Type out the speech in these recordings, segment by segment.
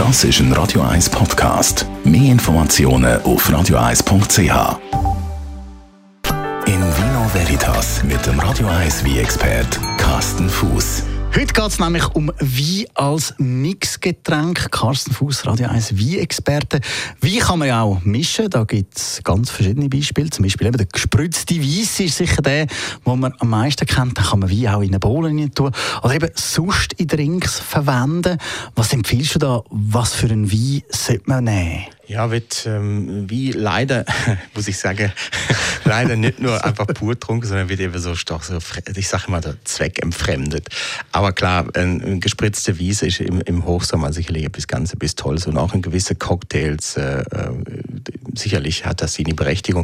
Das ist ein Radio 1 Podcast. Mehr Informationen auf radio1.ch. In Vino Veritas mit dem Radio 1 Wein-Expert Carsten Fuß. Heute geht es nämlich um Wein als Mixgetränk. Carsten Fuß, Radio 1 Wein-Experte. Wein kann man ja auch mischen, da gibt es ganz verschiedene Beispiele. Zum Beispiel eben der gespritzte Weiss ist sicher der, den man am meisten kennt. Da kann man Wein auch in eine Bohle tun oder eben sonst in Drinks verwenden. Was empfiehlst du da? Was für einen Wein sollte man nehmen? Ja, wird wie leider, muss ich sagen, leider nicht nur einfach pur getrunken, sondern wird eben so stark, ich sage immer, der Zweck entfremdet. Aber klar, ein gespritzter Weiss ist im Hochsommer sicherlich etwas ganz Tolles und auch in gewisse Cocktails sicherlich hat das seine Berechtigung.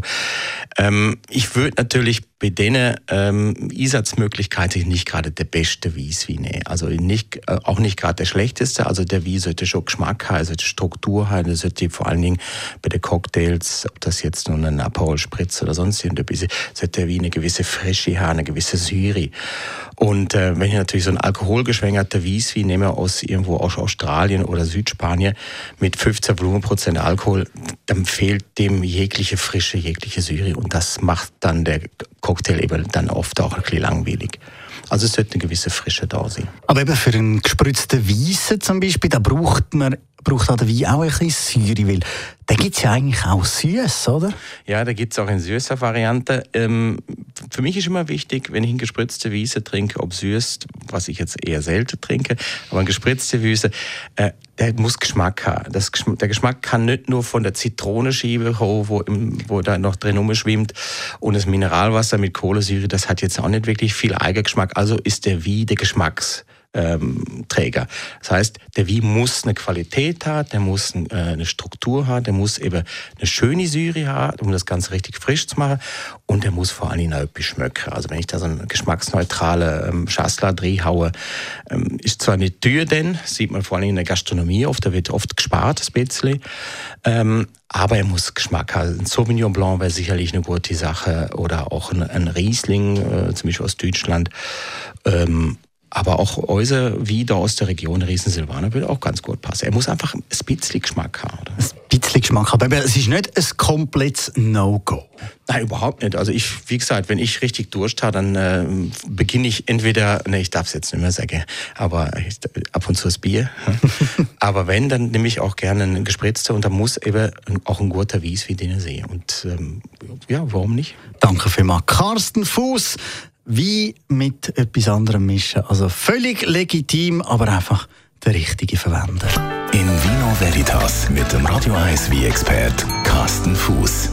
Ich würde natürlich bei denen Einsatzmöglichkeiten nicht gerade der beste Weißwein nehmen. Also auch nicht gerade der schlechteste. Also der Wein sollte schon Geschmack haben, sollte Struktur haben, sollte vor allen Dingen bei den Cocktails, ob das jetzt nur ein Aperol Spritz oder sonst irgendwas, sollte der Wein eine gewisse Frische haben, eine gewisse Säure. Und wenn ich natürlich so einen alkoholgeschwängerten Weißwein nehme aus irgendwo aus Australien oder Südspanien mit 15 Volumenprozent Alkohol, dann fehlt dem jegliche Frische, jegliche Säure und das macht dann der Cocktail eben dann oft auch ein bisschen langweilig. Also es sollte eine gewisse Frische da sein. Aber eben für einen gespritzten Weissen zum Beispiel, da braucht auch der Wein auch ein bisschen Säure, weil da gibt es ja eigentlich auch süß, oder? Ja, da gibt es auch eine süße Variante. Für mich ist immer wichtig, wenn ich einen gespritzten Weissen trinke, ob süß, was ich jetzt eher selten trinke, aber ein gespritzter Weissen, der muss Geschmack haben. Der Geschmack kann nicht nur von der Zitronenscheibe kommen, wo da noch drin rumschwimmt und das Mineralwasser mit Kohlensäure, das hat jetzt auch nicht wirklich viel Eigengeschmack. Also ist der Wein der Geschmacksträger. Das heißt, der Wein muss eine Qualität haben, der muss eine Struktur haben, der muss eben eine schöne Säure haben, um das Ganze richtig frisch zu machen und der muss vor allem auch etwas schmecken. Also wenn ich da so einen geschmacksneutralen Chasselas reinhaue, ist zwar nicht teuer, denn sieht man vor allem in der Gastronomie oft, da wird oft gespart, ein bisschen, aber er muss Geschmack haben. Ein Sauvignon Blanc wäre sicherlich eine gute Sache oder auch ein Riesling, zum Beispiel aus Deutschland. Aber auch unser Wein da aus der Region Riesen Silvaner würde auch ganz gut passen. Er muss einfach ein bisschen Geschmack haben. Oder? Ein bisschen Geschmack haben, aber es ist nicht ein komplettes No-Go. Nein, überhaupt nicht. Also wie gesagt, wenn ich richtig Durst habe, dann beginne ich entweder, ich darf es jetzt nicht mehr sagen, aber ab und zu das Bier. Aber wenn, dann nehme ich auch gerne einen gespritzten und da muss eben auch ein guter Weiss wie den sehen. Und ja, warum nicht? Danke vielmals. Carsten Fuß. Wein mit etwas anderem mischen. Also völlig legitim, aber einfach der richtige verwenden. In Vino Veritas mit dem Radio 1 Wein-Expert Carsten Fuß.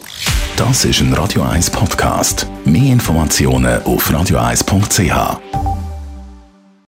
Das ist ein Radio 1 Podcast. Mehr Informationen auf radio1.ch.